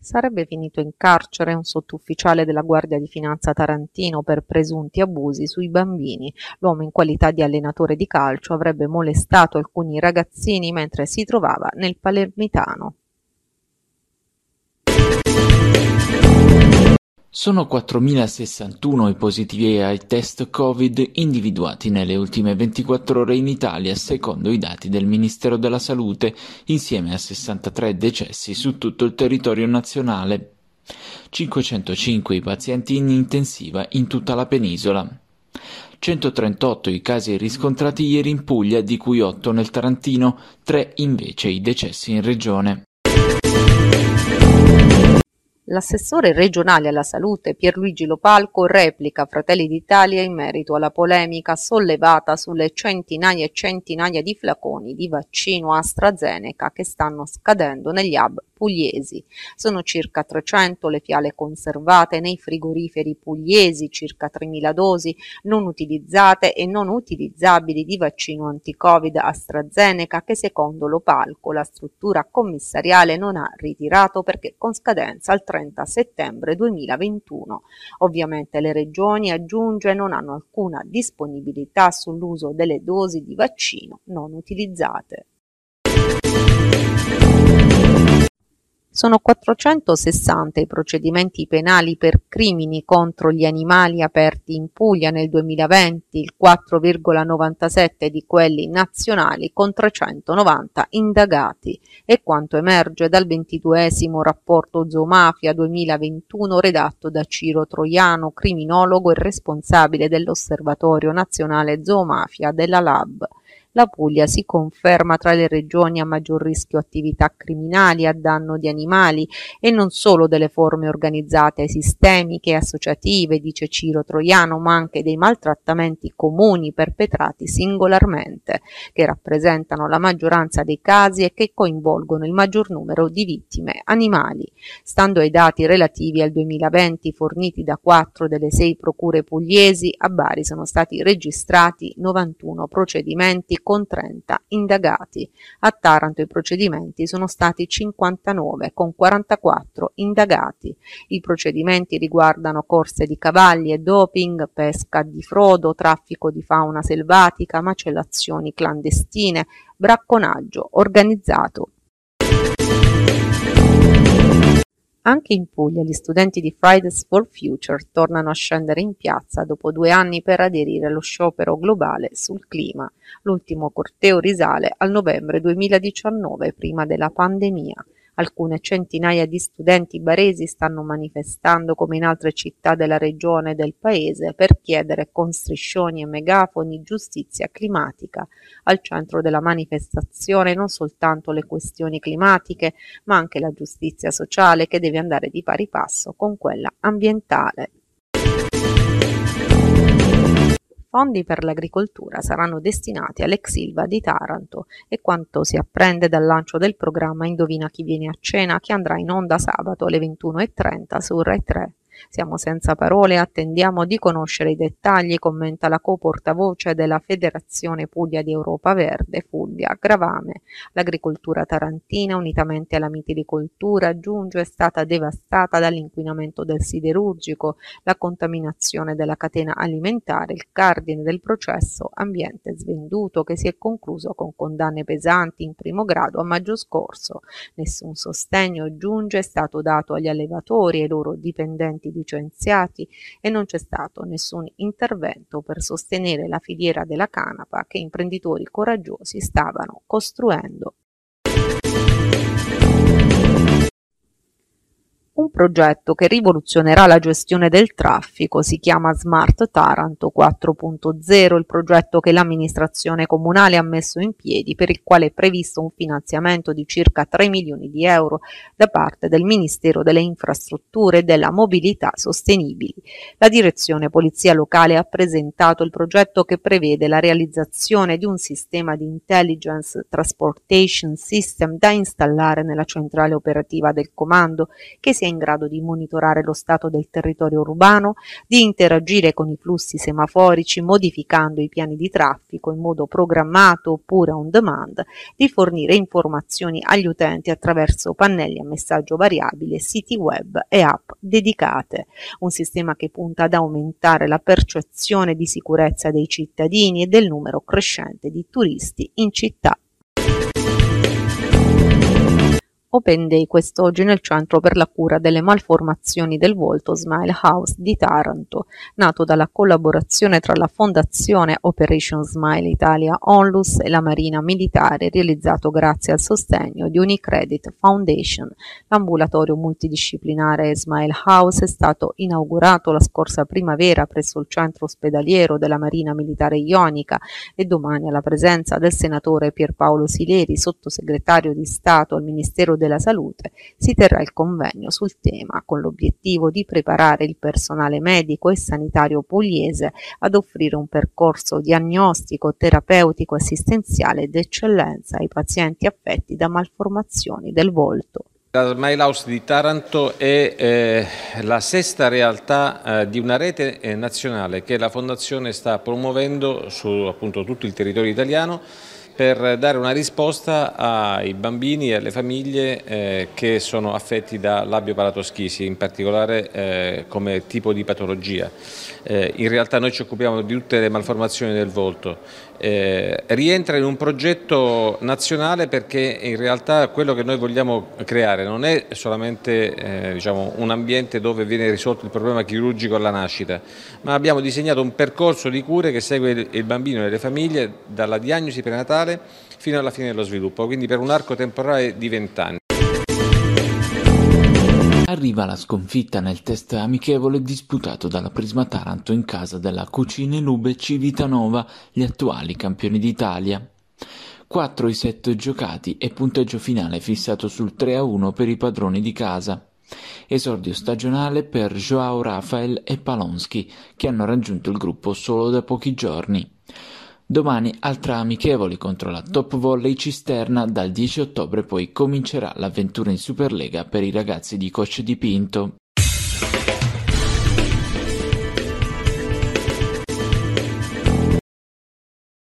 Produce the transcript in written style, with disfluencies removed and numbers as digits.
Sarebbe finito in carcere un sottufficiale della Guardia di Finanza tarantino per presunti abusi sui bambini. L'uomo, in qualità di allenatore di calcio, avrebbe molestato alcuni ragazzini mentre si trovava nel Palermitano. Sono 4.061 i positivi ai test Covid individuati nelle ultime 24 ore in Italia, secondo i dati del Ministero della Salute, insieme a 63 decessi su tutto il territorio nazionale. 505 i pazienti in intensiva in tutta la penisola. 138 i casi riscontrati ieri in Puglia, di cui 8 nel Tarantino, 3 invece i decessi in regione. L'assessore regionale alla salute Pierluigi Lopalco replica a Fratelli d'Italia in merito alla polemica sollevata sulle centinaia e centinaia di flaconi di vaccino AstraZeneca che stanno scadendo negli hub pugliesi. Sono circa 300 le fiale conservate nei frigoriferi pugliesi, circa 3.000 dosi non utilizzate e non utilizzabili di vaccino anti-Covid AstraZeneca che secondo Lopalco la struttura commissariale non ha ritirato perché con scadenza al 30 settembre 2021. Ovviamente le regioni, aggiunge, non hanno alcuna disponibilità sull'uso delle dosi di vaccino non utilizzate. Sono 460 i procedimenti penali per crimini contro gli animali aperti in Puglia nel 2020, il 4,97 di quelli nazionali con 390 indagati. È quanto emerge dal 22esimo rapporto Zoomafia 2021 redatto da Ciro Troiano, criminologo e responsabile dell'Osservatorio Nazionale Zoomafia della LAB. La Puglia si conferma tra le regioni a maggior rischio attività criminali a danno di animali e non solo delle forme organizzate sistemiche e associative, dice Ciro Troiano, ma anche dei maltrattamenti comuni perpetrati singolarmente, che rappresentano la maggioranza dei casi e che coinvolgono il maggior numero di vittime animali. Stando ai dati relativi al 2020 forniti da 4 delle 6 procure pugliesi, a Bari sono stati registrati 91 procedimenti con 30 indagati. A Taranto i procedimenti sono stati 59 con 44 indagati. I procedimenti riguardano corse di cavalli e doping, pesca di frodo, traffico di fauna selvatica, macellazioni clandestine, bracconaggio organizzato. Anche in Puglia gli studenti di Fridays for Future tornano a scendere in piazza dopo 2 anni per aderire allo sciopero globale sul clima. L'ultimo corteo risale al novembre 2019, prima della pandemia. Alcune centinaia di studenti baresi stanno manifestando, come in altre città della regione e del paese, per chiedere con striscioni e megafoni giustizia climatica. Al centro della manifestazione non soltanto le questioni climatiche, ma anche la giustizia sociale che deve andare di pari passo con quella ambientale. Fondi per l'agricoltura saranno destinati all'ex Ilva di Taranto e quanto si apprende dal lancio del programma Indovina chi viene a cena, che andrà in onda sabato alle 21:30 su Rai 3. Siamo senza parole e attendiamo di conoscere i dettagli, commenta la co-portavoce della Federazione Puglia di Europa Verde, Fulvia Gravame. L'agricoltura tarantina, unitamente alla mitilicoltura, aggiunge, è stata devastata dall'inquinamento del siderurgico, la contaminazione della catena alimentare, il cardine del processo ambiente svenduto che si è concluso con condanne pesanti in primo grado a maggio scorso. Nessun sostegno, aggiunge, è stato dato agli allevatori e ai loro dipendenti licenziati e non c'è stato nessun intervento per sostenere la filiera della canapa che imprenditori coraggiosi stavano costruendo. Un progetto che rivoluzionerà la gestione del traffico si chiama Smart Taranto 4.0, il progetto che l'amministrazione comunale ha messo in piedi, per il quale è previsto un finanziamento di circa 3 milioni di euro da parte del Ministero delle Infrastrutture e della Mobilità Sostenibili. La direzione Polizia Locale ha presentato il progetto che prevede la realizzazione di un sistema di Intelligence Transportation System da installare nella centrale operativa del comando, che sia in grado di monitorare lo stato del territorio urbano, di interagire con i flussi semaforici modificando i piani di traffico in modo programmato oppure on demand, di fornire informazioni agli utenti attraverso pannelli a messaggio variabile, siti web e app dedicate. Un sistema che punta ad aumentare la percezione di sicurezza dei cittadini e del numero crescente di turisti in città. Open Day quest'oggi nel Centro per la cura delle malformazioni del volto Smile House di Taranto, nato dalla collaborazione tra la Fondazione Operation Smile Italia Onlus e la Marina Militare, realizzato grazie al sostegno di Unicredit Foundation. L'ambulatorio multidisciplinare Smile House è stato inaugurato la scorsa primavera presso il centro ospedaliero della Marina Militare Ionica e domani, alla presenza del senatore Pierpaolo Sileri, sottosegretario di Stato al Ministero della Salute, si terrà il convegno sul tema, con l'obiettivo di preparare il personale medico e sanitario pugliese ad offrire un percorso diagnostico, terapeutico, assistenziale d'eccellenza ai pazienti affetti da malformazioni del volto. La Smile House di Taranto è la sesta realtà di una rete nazionale che la Fondazione sta promuovendo su appunto tutto il territorio italiano per dare una risposta ai bambini e alle famiglie che sono affetti da labbiopalatoschiasi, in particolare come tipo di patologia. In realtà noi ci occupiamo di tutte le malformazioni del volto. Rientra in un progetto nazionale perché in realtà quello che noi vogliamo creare non è solamente diciamo, un ambiente dove viene risolto il problema chirurgico alla nascita, ma abbiamo disegnato un percorso di cure che segue il bambino e le famiglie dalla diagnosi prenatale fino alla fine dello sviluppo, quindi per un arco temporale di 20 anni. Arriva la sconfitta nel test amichevole disputato dalla Prisma Taranto in casa della Cucine Nube Civitanova, gli attuali campioni d'Italia. 4 i set giocati e punteggio finale fissato sul 3-1 per i padroni di casa. Esordio stagionale per Joao Rafael e Palonsky, che hanno raggiunto il gruppo solo da pochi giorni. Domani altra amichevole contro la Top Volley Cisterna, dal 10 ottobre poi comincerà l'avventura in Superlega per i ragazzi di Coach Dipinto.